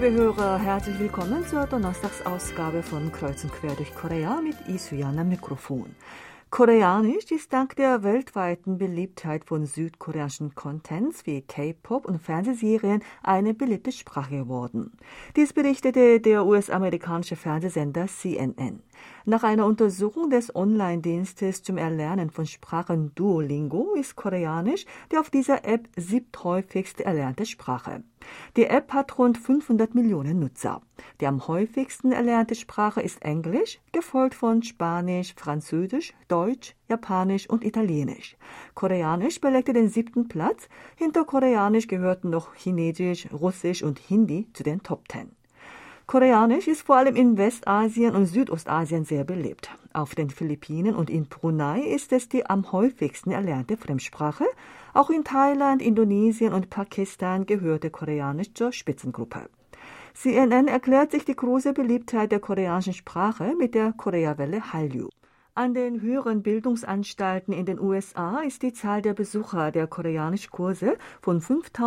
Liebe Hörer, herzlich willkommen zur Donnerstagsausgabe von Kreuz und Quer durch Korea mit Lee Su-yeon am Mikrofon. Koreanisch ist dank der weltweiten Beliebtheit von südkoreanischen Contents wie K-Pop und Fernsehserien eine beliebte Sprache geworden. Dies berichtete der US-amerikanische Fernsehsender CNN. Nach einer Untersuchung des Online-Dienstes zum Erlernen von Sprachen Duolingo ist Koreanisch die auf dieser App siebthäufigst erlernte Sprache. Die App hat rund 500 Millionen Nutzer. Die am häufigsten erlernte Sprache ist Englisch, gefolgt von Spanisch, Französisch, Deutsch, Japanisch und Italienisch. Koreanisch belegte den 7. Platz. Hinter Koreanisch gehörten noch Chinesisch, Russisch und Hindi zu den Top 10. Koreanisch ist vor allem in Westasien und Südostasien sehr beliebt. Auf den Philippinen und in Brunei ist es die am häufigsten erlernte Fremdsprache. Auch in Thailand, Indonesien und Pakistan gehörte Koreanisch zur Spitzengruppe. CNN erklärt sich die große Beliebtheit der koreanischen Sprache mit der Koreawelle Hallyu. An den höheren Bildungsanstalten in den USA ist die Zahl der Besucher der Koreanischkurse von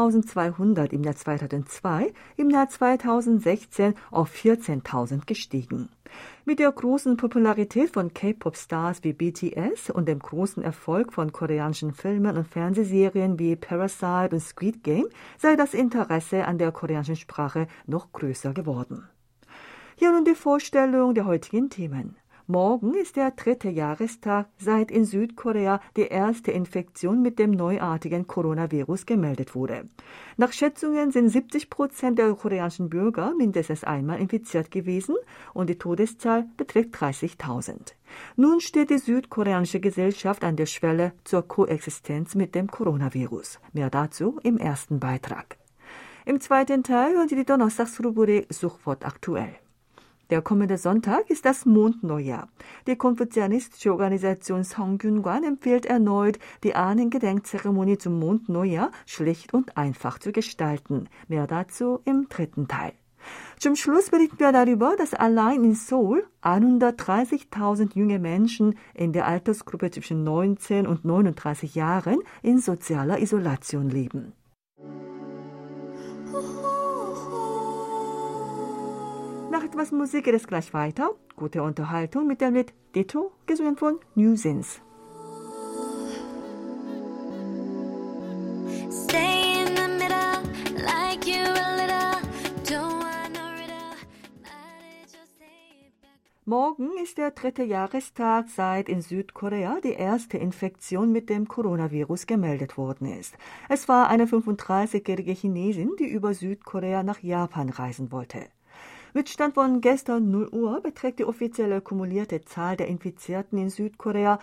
5.200 im Jahr 2002 im Jahr 2016 auf 14.000 gestiegen. Mit der großen Popularität von K-Pop-Stars wie BTS und dem großen Erfolg von koreanischen Filmen und Fernsehserien wie Parasite und Squid Game sei das Interesse an der koreanischen Sprache noch größer geworden. Hier nun die Vorstellung der heutigen Themen. Morgen ist der 3. Jahrestag, seit in Südkorea die erste Infektion mit dem neuartigen Coronavirus gemeldet wurde. Nach Schätzungen sind 70% der koreanischen Bürger mindestens einmal infiziert gewesen und die Todeszahl beträgt 30.000. Nun steht die südkoreanische Gesellschaft an der Schwelle zur Koexistenz mit dem Coronavirus. Mehr dazu im ersten Beitrag. Im zweiten Teil hören Sie die Donnerstagsrubrik Suchwort aktuell. Der kommende Sonntag ist das Mondneujahr. Die konfuzianistische Organisation Seongyungan empfiehlt erneut, die Ahnengedenkzeremonie zum Mondneujahr schlicht und einfach zu gestalten. Mehr dazu im dritten Teil. Zum Schluss berichten wir darüber, dass allein in Seoul 130.000 junge Menschen in der Altersgruppe zwischen 19 und 39 Jahren in sozialer Isolation leben. Nach etwas Musik geht es gleich weiter. Gute Unterhaltung mit dem Lied Ditto, gesungen von Newsins. Morgen ist der 3. Jahrestag, seit in Südkorea die erste Infektion mit dem Coronavirus gemeldet worden ist. Es war eine 35-jährige Chinesin, die über Südkorea nach Japan reisen wollte. Mit Stand von gestern 0 Uhr beträgt die offizielle kumulierte Zahl der Infizierten in Südkorea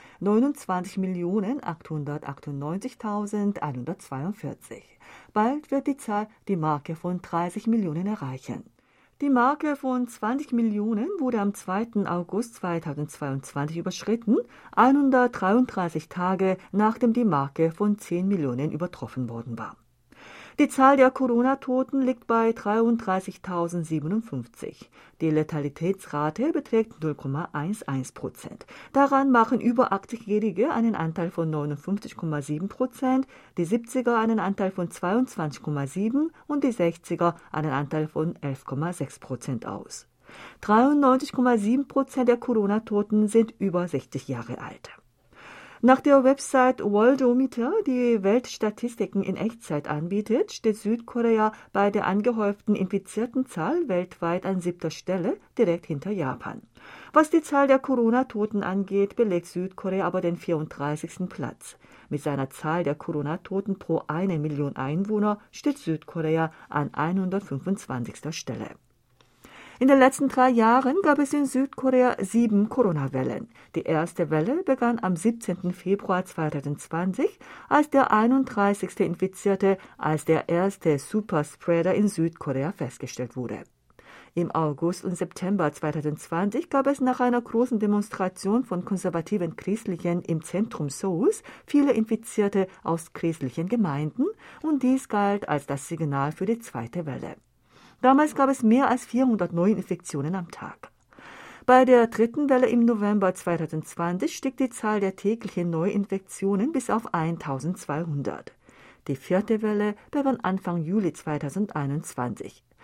29.898.142. Bald wird die Zahl die Marke von 30 Millionen erreichen. Die Marke von 20 Millionen wurde am 2. August 2022 überschritten, 133 Tage nachdem die Marke von 10 Millionen übertroffen worden war. Die Zahl der Corona-Toten liegt bei 33.057. Die Letalitätsrate beträgt 0,11%. Daran machen über 80-Jährige einen Anteil von 59,7%, die 70er einen Anteil von 22,7% und die 60er einen Anteil von 11,6% aus. 93,7% der Corona-Toten sind über 60 Jahre alt. Nach der Website Worldometer, die Weltstatistiken in Echtzeit anbietet, steht Südkorea bei der angehäuften Infiziertenzahl weltweit an 7. Stelle, direkt hinter Japan. Was die Zahl der Corona-Toten angeht, belegt Südkorea aber den 34. Platz. Mit seiner Zahl der Corona-Toten pro 1 Million Einwohner steht Südkorea an 125. Stelle. In den letzten 3 Jahren gab es in Südkorea 7 Corona-Wellen. Die erste Welle begann am 17. Februar 2020, als der 31. Infizierte als der erste Superspreader in Südkorea festgestellt wurde. Im August und September 2020 gab es nach einer großen Demonstration von konservativen Christlichen im Zentrum Seouls viele Infizierte aus christlichen Gemeinden und dies galt als das Signal für die zweite Welle. Damals gab es mehr als 400 Neuinfektionen am Tag. Bei der dritten Welle im November 2020 stieg die Zahl der täglichen Neuinfektionen bis auf 1.200. Die vierte Welle begann Anfang Juli 2021.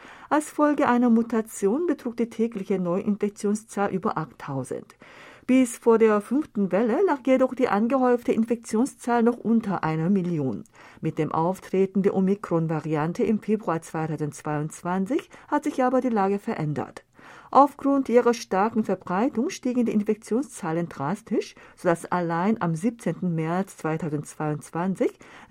Als Folge einer Mutation betrug die tägliche Neuinfektionszahl über 8.000. Bis vor der 5. Welle lag jedoch die angehäufte Infektionszahl noch unter 1 Million. Mit dem Auftreten der Omikron-Variante im Februar 2022 hat sich aber die Lage verändert. Aufgrund ihrer starken Verbreitung stiegen die Infektionszahlen drastisch, sodass allein am 17. März 2022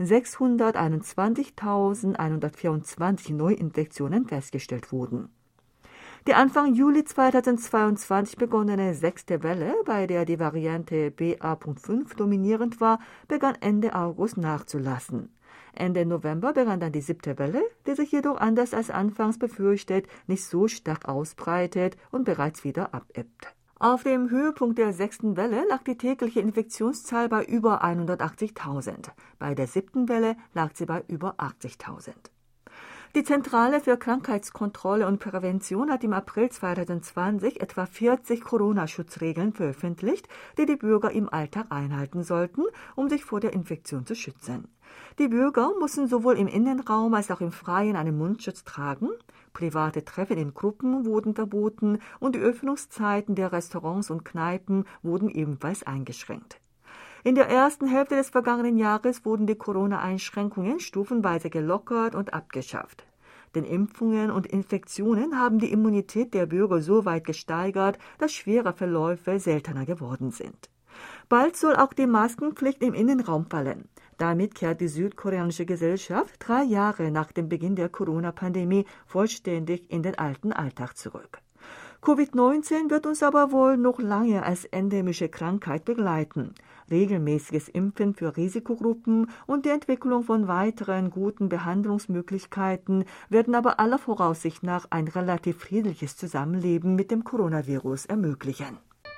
621.124 Neuinfektionen festgestellt wurden. Die Anfang Juli 2022 begonnene 6. Welle, bei der die Variante BA.5 dominierend war, begann Ende August nachzulassen. Ende November begann dann die 7. Welle, die sich jedoch anders als anfangs befürchtet nicht so stark ausbreitet und bereits wieder abebbt. Auf dem Höhepunkt der 6. Welle lag die tägliche Infektionszahl bei über 180.000. Bei der 7. Welle lag sie bei über 80.000. Die Zentrale für Krankheitskontrolle und Prävention hat im April 2020 etwa 40 Corona-Schutzregeln veröffentlicht, die die Bürger im Alltag einhalten sollten, um sich vor der Infektion zu schützen. Die Bürger mussten sowohl im Innenraum als auch im Freien einen Mundschutz tragen, private Treffen in Gruppen wurden verboten und die Öffnungszeiten der Restaurants und Kneipen wurden ebenfalls eingeschränkt. In der ersten Hälfte des vergangenen Jahres wurden die Corona-Einschränkungen stufenweise gelockert und abgeschafft. Denn Impfungen und Infektionen haben die Immunität der Bürger so weit gesteigert, dass schwere Verläufe seltener geworden sind. Bald soll auch die Maskenpflicht im Innenraum fallen. Damit kehrt die südkoreanische Gesellschaft 3 Jahre nach dem Beginn der Corona-Pandemie vollständig in den alten Alltag zurück. Covid-19 wird uns aber wohl noch lange als endemische Krankheit begleiten. Regelmäßiges Impfen für Risikogruppen und die Entwicklung von weiteren guten Behandlungsmöglichkeiten werden aber aller Voraussicht nach ein relativ friedliches Zusammenleben mit dem Coronavirus ermöglichen.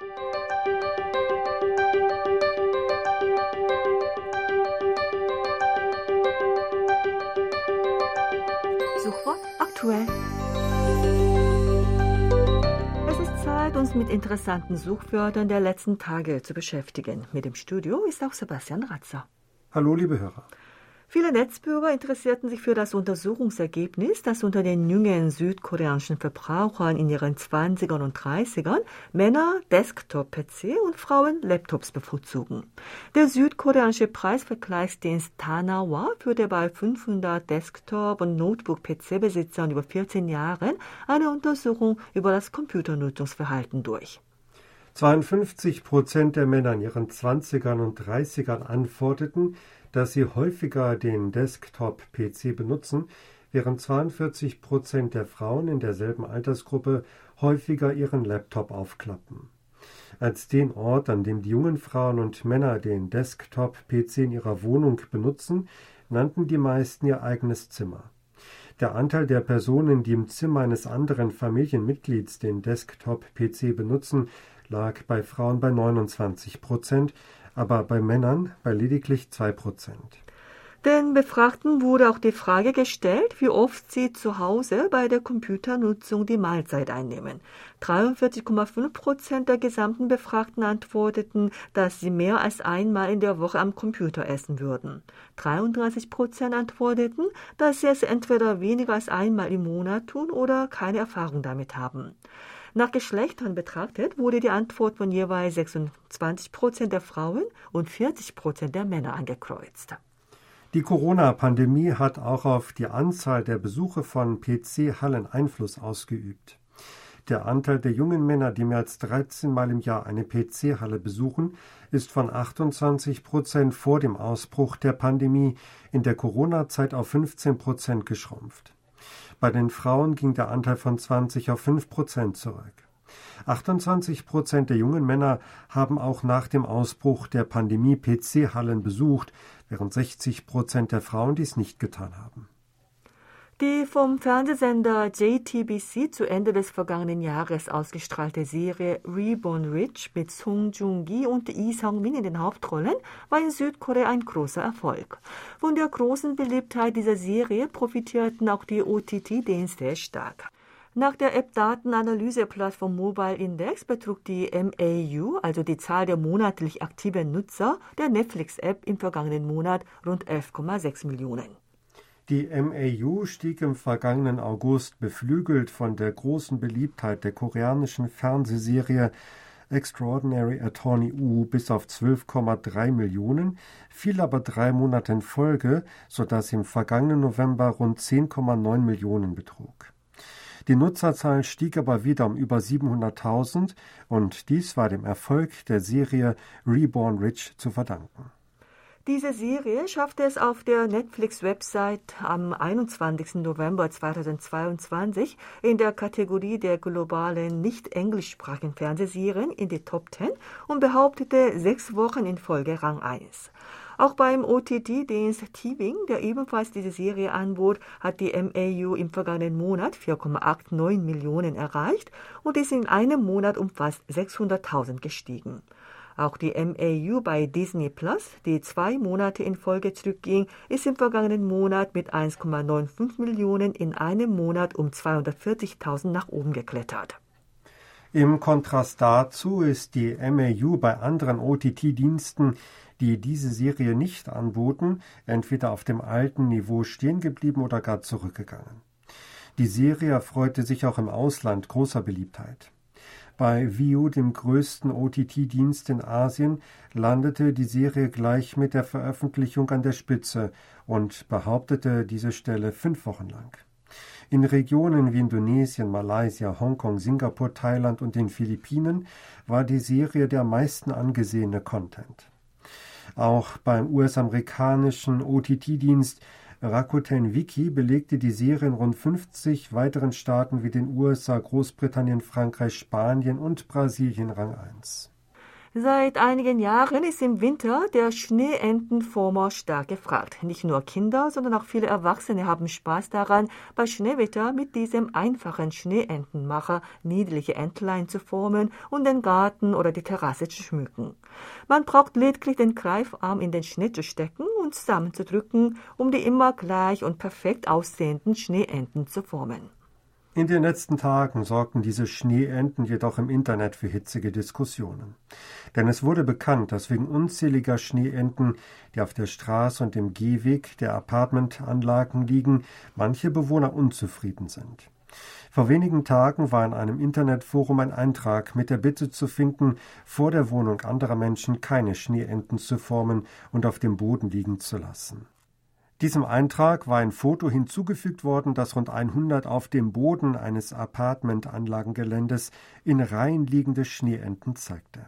Suchwort aktuell. Uns mit interessanten Suchwörtern der letzten Tage zu beschäftigen. Mit dem Studio ist auch Sebastian Ratzer. Hallo, liebe Hörer. Viele Netzbürger interessierten sich für das Untersuchungsergebnis, das unter den jungen südkoreanischen Verbrauchern in ihren 20ern und 30ern Männer Desktop-PC und Frauen Laptops bevorzugen. Der südkoreanische Preisvergleichsdienst Danawa führte bei 500 Desktop- und Notebook-PC-Besitzern über 14 Jahren eine Untersuchung über das Computernutzungsverhalten durch. 52% der Männer in ihren 20ern und 30ern antworteten, dass sie häufiger den Desktop-PC benutzen, während 42% der Frauen in derselben Altersgruppe häufiger ihren Laptop aufklappen. Als den Ort, an dem die jungen Frauen und Männer den Desktop-PC in ihrer Wohnung benutzen, nannten die meisten ihr eigenes Zimmer. Der Anteil der Personen, die im Zimmer eines anderen Familienmitglieds den Desktop-PC benutzen, lag bei Frauen bei 29%, aber bei Männern bei lediglich 2%. Den Befragten wurde auch die Frage gestellt, wie oft sie zu Hause bei der Computernutzung die Mahlzeit einnehmen. 43,5% der gesamten Befragten antworteten, dass sie mehr als einmal in der Woche am Computer essen würden. 33% antworteten, dass sie es entweder weniger als einmal im Monat tun oder keine Erfahrung damit haben. Nach Geschlechtern betrachtet wurde die Antwort von jeweils 26% der Frauen und 40% der Männer angekreuzt. Die Corona-Pandemie hat auch auf die Anzahl der Besuche von PC-Hallen Einfluss ausgeübt. Der Anteil der jungen Männer, die mehr als 13 Mal im Jahr eine PC-Halle besuchen, ist von 28% vor dem Ausbruch der Pandemie in der Corona-Zeit auf 15% geschrumpft. Bei den Frauen ging der Anteil von 20 auf 5% zurück. 28% der jungen Männer haben auch nach dem Ausbruch der Pandemie PC-Hallen besucht, während 60% der Frauen dies nicht getan haben. Die vom Fernsehsender JTBC zu Ende des vergangenen Jahres ausgestrahlte Serie Reborn Rich mit Song Joong-ki und Lee Seung-min in den Hauptrollen war in Südkorea ein großer Erfolg. Von der großen Beliebtheit dieser Serie profitierten auch die OTT-Dienste stark. Nach der App-Datenanalyse-Plattform Mobile Index betrug die MAU, also die Zahl der monatlich aktiven Nutzer, der Netflix-App im vergangenen Monat rund 11,6 Millionen. Die MAU stieg im vergangenen August, beflügelt von der großen Beliebtheit der koreanischen Fernsehserie Extraordinary Attorney Woo, bis auf 12,3 Millionen, fiel aber 3 Monate in Folge, sodass im vergangenen November rund 10,9 Millionen betrug. Die Nutzerzahl stieg aber wieder um über 700.000 und dies war dem Erfolg der Serie Reborn Rich zu verdanken. Diese Serie schaffte es auf der Netflix-Website am 21. November 2022 in der Kategorie der globalen nicht-englischsprachigen Fernsehserien in die Top 10 und behauptete 6 Wochen in Folge Rang 1. Auch beim OTT-Dienst Tving, der ebenfalls diese Serie anbot, hat die MAU im vergangenen Monat 4,89 Millionen erreicht und ist in einem Monat um fast 600.000 gestiegen. Auch die MAU bei Disney Plus, die 2 Monate in Folge zurückging, ist im vergangenen Monat mit 1,95 Millionen in einem Monat um 240.000 nach oben geklettert. Im Kontrast dazu ist die MAU bei anderen OTT-Diensten, die diese Serie nicht anboten, entweder auf dem alten Niveau stehen geblieben oder gar zurückgegangen. Die Serie erfreute sich auch im Ausland großer Beliebtheit. Bei Viu, dem größten OTT-Dienst in Asien, landete die Serie gleich mit der Veröffentlichung an der Spitze und behauptete diese Stelle 5 Wochen lang. In Regionen wie Indonesien, Malaysia, Hongkong, Singapur, Thailand und den Philippinen war die Serie der am meisten angesehene Content. Auch beim US-amerikanischen OTT-Dienst Rakuten Viki belegte die Serie in rund 50 weiteren Staaten wie den USA, Großbritannien, Frankreich, Spanien und Brasilien Rang 1. Seit einigen Jahren ist im Winter der Schneeentenformer stark gefragt. Nicht nur Kinder, sondern auch viele Erwachsene haben Spaß daran, bei Schneewetter mit diesem einfachen Schneeentenmacher niedliche Entlein zu formen und den Garten oder die Terrasse zu schmücken. Man braucht lediglich den Greifarm in den Schnee zu stecken und zusammenzudrücken, um die immer gleich und perfekt aussehenden Schneeenten zu formen. In den letzten Tagen sorgten diese Schneeenten jedoch im Internet für hitzige Diskussionen. Denn es wurde bekannt, dass wegen unzähliger Schneeenten, die auf der Straße und dem Gehweg der Apartmentanlagen liegen, manche Bewohner unzufrieden sind. Vor wenigen Tagen war in einem Internetforum ein Eintrag mit der Bitte zu finden, vor der Wohnung anderer Menschen keine Schneeenten zu formen und auf dem Boden liegen zu lassen. Diesem Eintrag war ein Foto hinzugefügt worden, das rund 100 auf dem Boden eines Apartmentanlagengeländes in Reihen liegende Schneeenten zeigte.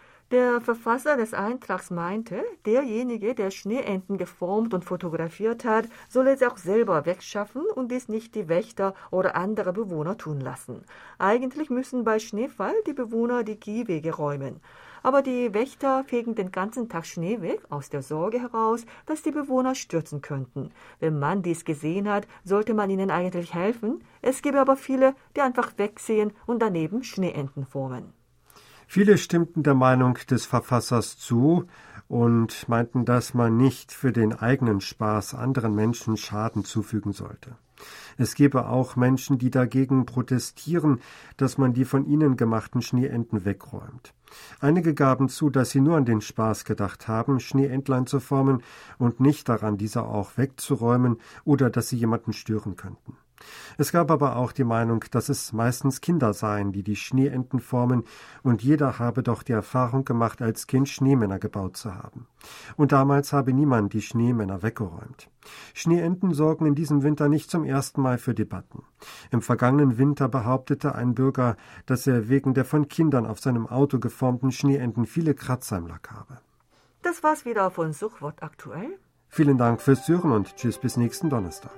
Der Verfasser des Eintrags meinte, derjenige, der Schneeenten geformt und fotografiert hat, solle sie auch selber wegschaffen und dies nicht die Wächter oder andere Bewohner tun lassen. Eigentlich müssen bei Schneefall die Bewohner die Gehwege räumen. Aber die Wächter fegen den ganzen Tag Schnee weg, aus der Sorge heraus, dass die Bewohner stürzen könnten. Wenn man dies gesehen hat, sollte man ihnen eigentlich helfen. Es gäbe aber viele, die einfach wegsehen und daneben Schneeenten formen. Viele stimmten der Meinung des Verfassers zu und meinten, dass man nicht für den eigenen Spaß anderen Menschen Schaden zufügen sollte. Es gäbe auch Menschen, die dagegen protestieren, dass man die von ihnen gemachten Schneeenten wegräumt. Einige gaben zu, dass sie nur an den Spaß gedacht haben, Schneeentlein zu formen und nicht daran, diese auch wegzuräumen oder dass sie jemanden stören könnten. Es gab aber auch die Meinung, dass es meistens Kinder seien, die die Schneeenten formen, und jeder habe doch die Erfahrung gemacht, als Kind Schneemänner gebaut zu haben. Und damals habe niemand die Schneemänner weggeräumt. Schneeenten sorgen in diesem Winter nicht zum ersten Mal für Debatten. Im vergangenen Winter behauptete ein Bürger, dass er wegen der von Kindern auf seinem Auto geformten Schneeenten viele Kratzer im Lack habe. Das war's wieder von Suchwort aktuell. Vielen Dank fürs Zuhören und tschüss bis nächsten Donnerstag.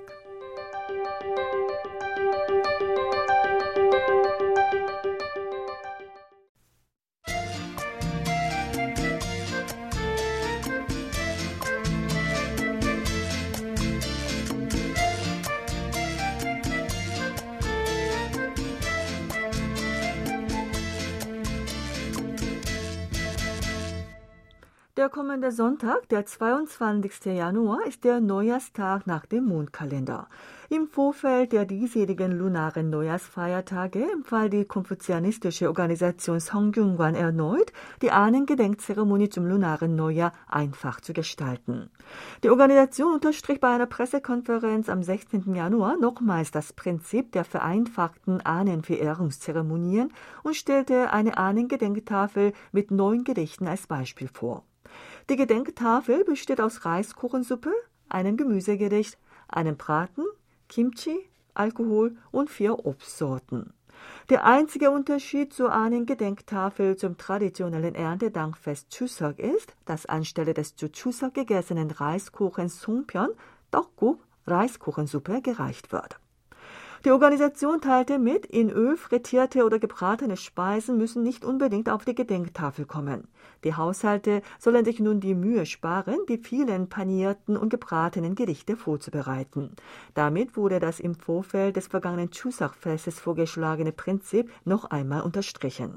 Der kommende Sonntag, der 22. Januar, ist der Neujahrstag nach dem Mondkalender. Im Vorfeld der diesjährigen lunaren Neujahrsfeiertage empfahl die konfuzianistische Organisation Seongyungan erneut, die Ahnengedenkzeremonie zum lunaren Neujahr einfach zu gestalten. Die Organisation unterstrich bei einer Pressekonferenz am 16. Januar nochmals das Prinzip der vereinfachten Ahnenverehrungszeremonien und stellte eine Ahnengedenktafel mit 9 Gerichten als Beispiel vor. Die Gedenktafel besteht aus Reiskuchensuppe, einem Gemüsegericht, einem Braten, Kimchi, Alkohol und 4 Obstsorten. Der einzige Unterschied zur Ahnengedenktafel zum traditionellen Erntedankfest Chuseok ist, dass anstelle des zu Chuseok gegessenen Reiskuchens Songpyeon Tteokguk, Reiskuchensuppe, gereicht wird. Die Organisation teilte mit, in Öl frittierte oder gebratene Speisen müssen nicht unbedingt auf die Gedenktafel kommen. Die Haushalte sollen sich nun die Mühe sparen, die vielen panierten und gebratenen Gerichte vorzubereiten. Damit wurde das im Vorfeld des vergangenen Chuseok-Festes vorgeschlagene Prinzip noch einmal unterstrichen.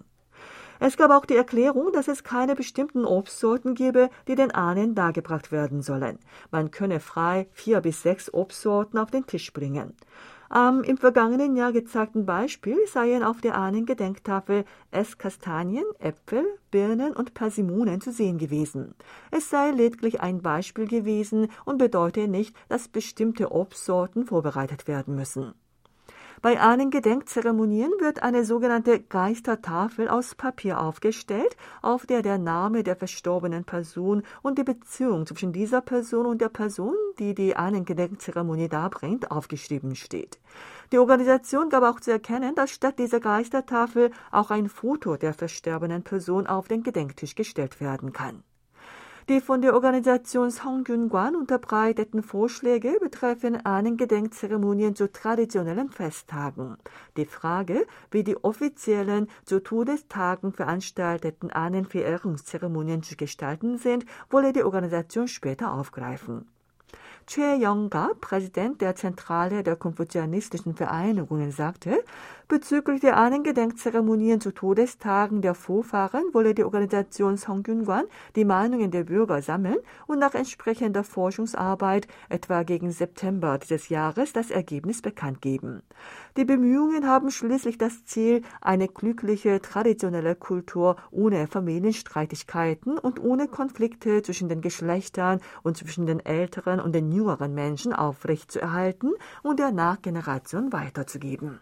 Es gab auch die Erklärung, dass es keine bestimmten Obstsorten gebe, die den Ahnen dargebracht werden sollen. Man könne frei 4 bis 6 Obstsorten auf den Tisch bringen. Am im vergangenen Jahr gezeigten Beispiel seien auf der Ahnengedenktafel Esskastanien, Äpfel, Birnen und Persimonen zu sehen gewesen. Es sei lediglich ein Beispiel gewesen und bedeute nicht, dass bestimmte Obstsorten vorbereitet werden müssen. Bei Ahnengedenkzeremonien wird eine sogenannte Geistertafel aus Papier aufgestellt, auf der der Name der verstorbenen Person und die Beziehung zwischen dieser Person und der Person, die die Ahnengedenkzeremonie darbringt, aufgeschrieben steht. Die Organisation gab auch zu erkennen, dass statt dieser Geistertafel auch ein Foto der verstorbenen Person auf den Gedenktisch gestellt werden kann. Die von der Organisation Seongyungan unterbreiteten Vorschläge betreffen Ahnengedenkzeremonien zu traditionellen Festtagen. Die Frage, wie die offiziellen zu Todestagen veranstalteten Ahnenverehrungszeremonien zu gestalten sind, wolle die Organisation später aufgreifen. Choi Young-ga, Präsident der Zentrale der konfuzianistischen Vereinigungen, sagte, bezüglich der Ahnengedenkzeremonien zu Todestagen der Vorfahren wolle die Organisation Seongyungan die Meinungen der Bürger sammeln und nach entsprechender Forschungsarbeit etwa gegen September dieses Jahres das Ergebnis bekannt geben. Die Bemühungen haben schließlich das Ziel, eine glückliche, traditionelle Kultur ohne Familienstreitigkeiten und ohne Konflikte zwischen den Geschlechtern und zwischen den älteren und den jüngeren Menschen aufrechtzuerhalten und der Nachgeneration weiterzugeben.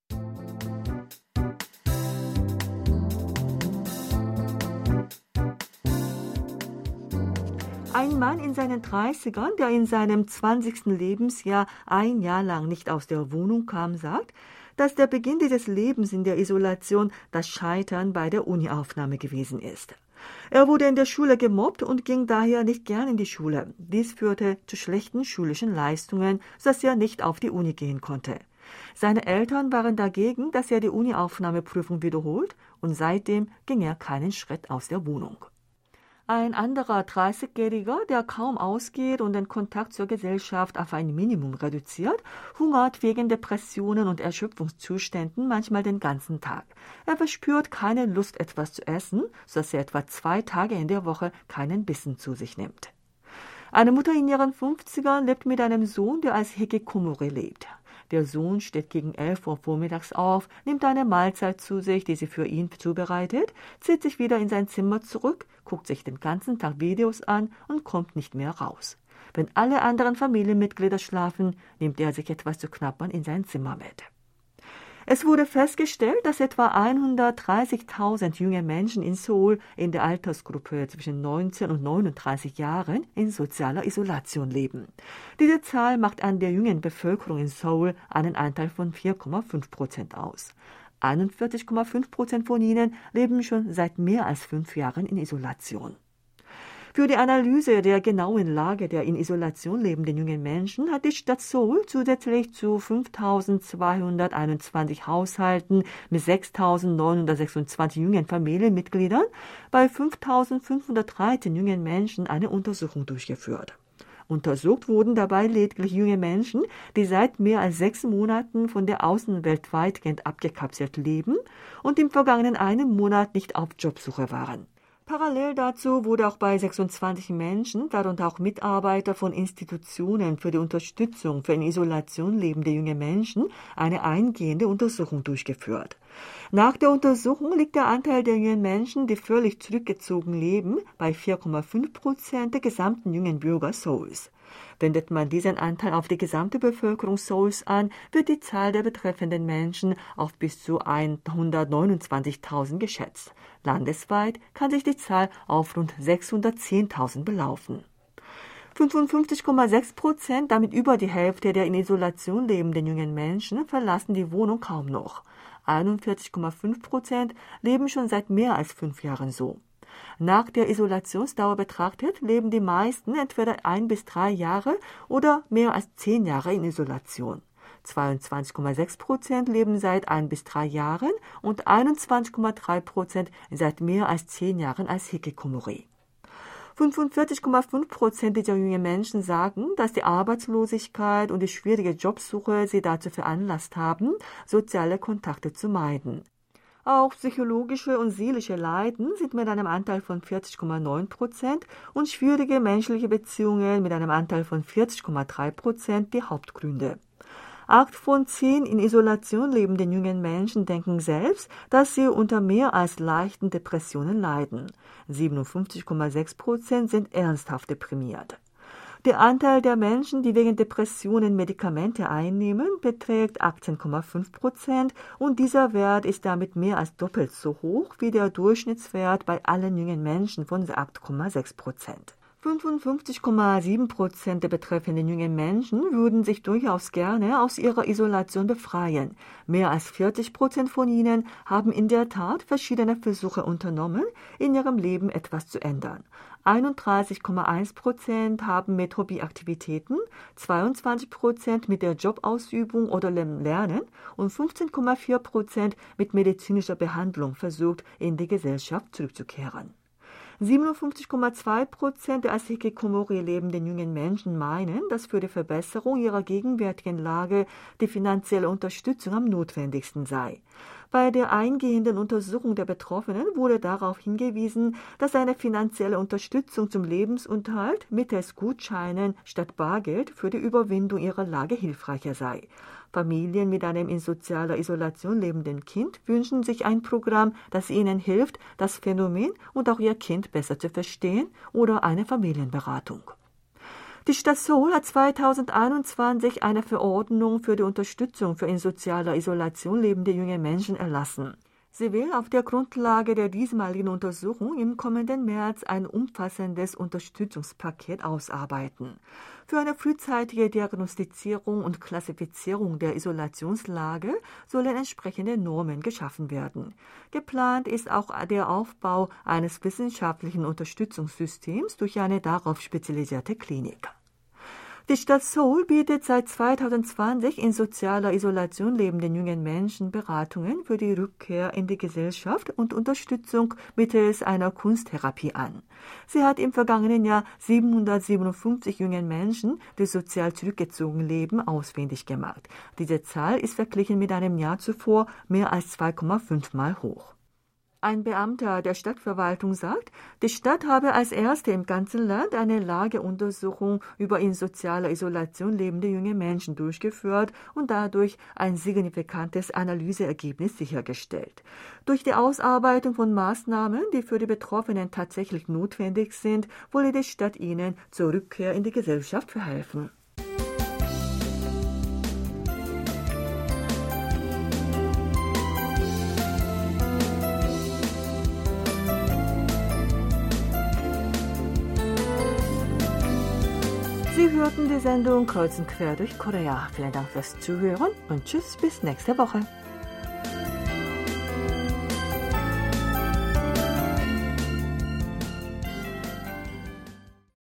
Ein Mann in seinen 30ern, der in seinem 20. Lebensjahr ein Jahr lang nicht aus der Wohnung kam, sagt, dass der Beginn dieses Lebens in der Isolation das Scheitern bei der Uni-Aufnahme gewesen ist. Er wurde in der Schule gemobbt und ging daher nicht gern in die Schule. Dies führte zu schlechten schulischen Leistungen, sodass er nicht auf die Uni gehen konnte. Seine Eltern waren dagegen, dass er die Uni-Aufnahmeprüfung wiederholt, und seitdem ging er keinen Schritt aus der Wohnung. Ein anderer 30-Jähriger, der kaum ausgeht und den Kontakt zur Gesellschaft auf ein Minimum reduziert, hungert wegen Depressionen und Erschöpfungszuständen manchmal den ganzen Tag. Er verspürt keine Lust, etwas zu essen, sodass er etwa 2 Tage in der Woche keinen Bissen zu sich nimmt. Eine Mutter in ihren 50ern lebt mit einem Sohn, der als Hikikomori lebt. Der Sohn steht gegen 11 Uhr vormittags auf, nimmt eine Mahlzeit zu sich, die sie für ihn zubereitet, zieht sich wieder in sein Zimmer zurück, guckt sich den ganzen Tag Videos an und kommt nicht mehr raus. Wenn alle anderen Familienmitglieder schlafen, nimmt er sich etwas zu knabbern in sein Zimmer mit. Es wurde festgestellt, dass etwa 130.000 junge Menschen in Seoul in der Altersgruppe zwischen 19 und 39 Jahren in sozialer Isolation leben. Diese Zahl macht an der jungen Bevölkerung in Seoul einen Anteil von 4,5% aus. 41,5% von ihnen leben schon seit mehr als 5 Jahren in Isolation. Für die Analyse der genauen Lage der in Isolation lebenden jungen Menschen hat die Stadt Seoul zusätzlich zu 5.221 Haushalten mit 6.926 jungen Familienmitgliedern bei 5.513 jungen Menschen eine Untersuchung durchgeführt. Untersucht wurden dabei lediglich junge Menschen, die seit mehr als 6 Monaten von der Außenwelt weitgehend abgekapselt leben und im vergangenen einen Monat nicht auf Jobsuche waren. Parallel dazu wurde auch bei 26 Menschen, darunter auch Mitarbeiter von Institutionen für die Unterstützung für in Isolation lebende junge Menschen, eine eingehende Untersuchung durchgeführt. Nach der Untersuchung liegt der Anteil der jungen Menschen, die völlig zurückgezogen leben, bei 4,5% der gesamten jungen Bürger Seouls. Wendet man diesen Anteil auf die gesamte Bevölkerung Seouls an, wird die Zahl der betreffenden Menschen auf bis zu 129.000 geschätzt. Landesweit kann sich die Zahl auf rund 610.000 belaufen. 55,6%, damit über die Hälfte der in Isolation lebenden jungen Menschen, verlassen die Wohnung kaum noch. 41,5% leben schon seit mehr als 5 Jahren so. Nach der Isolationsdauer betrachtet, leben die meisten entweder 1 bis 3 Jahre oder mehr als 10 Jahre in Isolation. 22,6% leben seit 1 bis 3 Jahren und 21,3% seit mehr als 10 Jahren als Hikikomori. 45,5% dieser jungen Menschen sagen, dass die Arbeitslosigkeit und die schwierige Jobsuche sie dazu veranlasst haben, soziale Kontakte zu meiden. Auch psychologische und seelische Leiden sind mit einem Anteil von 40,9% und schwierige menschliche Beziehungen mit einem Anteil von 40,3% die Hauptgründe. 8 von 10 in Isolation lebenden jungen Menschen denken selbst, dass sie unter mehr als leichten Depressionen leiden. 57,6% sind ernsthaft deprimiert. Der Anteil der Menschen, die wegen Depressionen Medikamente einnehmen, beträgt 18,5% und dieser Wert ist damit mehr als doppelt so hoch wie der Durchschnittswert bei allen jungen Menschen von 8,6%. 55,7% der betreffenden jungen Menschen würden sich durchaus gerne aus ihrer Isolation befreien. Mehr als 40% von ihnen haben in der Tat verschiedene Versuche unternommen, in ihrem Leben etwas zu ändern. 31,1% haben mit Hobbyaktivitäten, 22% mit der Jobausübung oder dem Lernen und 15,4% mit medizinischer Behandlung versucht, in die Gesellschaft zurückzukehren. 57,2% der als Hikikomori lebenden jungen Menschen meinen, dass für die Verbesserung ihrer gegenwärtigen Lage die finanzielle Unterstützung am notwendigsten sei. Bei der eingehenden Untersuchung der Betroffenen wurde darauf hingewiesen, dass eine finanzielle Unterstützung zum Lebensunterhalt mittels Gutscheinen statt Bargeld für die Überwindung ihrer Lage hilfreicher sei. Familien mit einem in sozialer Isolation lebenden Kind wünschen sich ein Programm, das ihnen hilft, das Phänomen und auch ihr Kind besser zu verstehen, oder eine Familienberatung. Die Stadt Seoul hat 2021 eine Verordnung für die Unterstützung für in sozialer Isolation lebende junge Menschen erlassen. Sie will auf der Grundlage der diesmaligen Untersuchung im kommenden März ein umfassendes Unterstützungspaket ausarbeiten. Für eine frühzeitige Diagnostizierung und Klassifizierung der Isolationslage sollen entsprechende Normen geschaffen werden. Geplant ist auch der Aufbau eines wissenschaftlichen Unterstützungssystems durch eine darauf spezialisierte Klinik. Die Stadt Seoul bietet seit 2020 in sozialer Isolation lebenden jungen Menschen Beratungen für die Rückkehr in die Gesellschaft und Unterstützung mittels einer Kunsttherapie an. Sie hat im vergangenen Jahr 757 jungen Menschen, die sozial zurückgezogen leben, ausfindig gemacht. Diese Zahl ist verglichen mit einem Jahr zuvor mehr als 2,5 Mal hoch. Ein Beamter der Stadtverwaltung sagt, die Stadt habe als erste im ganzen Land eine Lageuntersuchung über in sozialer Isolation lebende junge Menschen durchgeführt und dadurch ein signifikantes Analyseergebnis sichergestellt. Durch die Ausarbeitung von Maßnahmen, die für die Betroffenen tatsächlich notwendig sind, wolle die Stadt ihnen zur Rückkehr in die Gesellschaft verhelfen. Sie hörten die Sendung Kreuz und quer durch Korea. Vielen Dank fürs Zuhören und tschüss bis nächste Woche.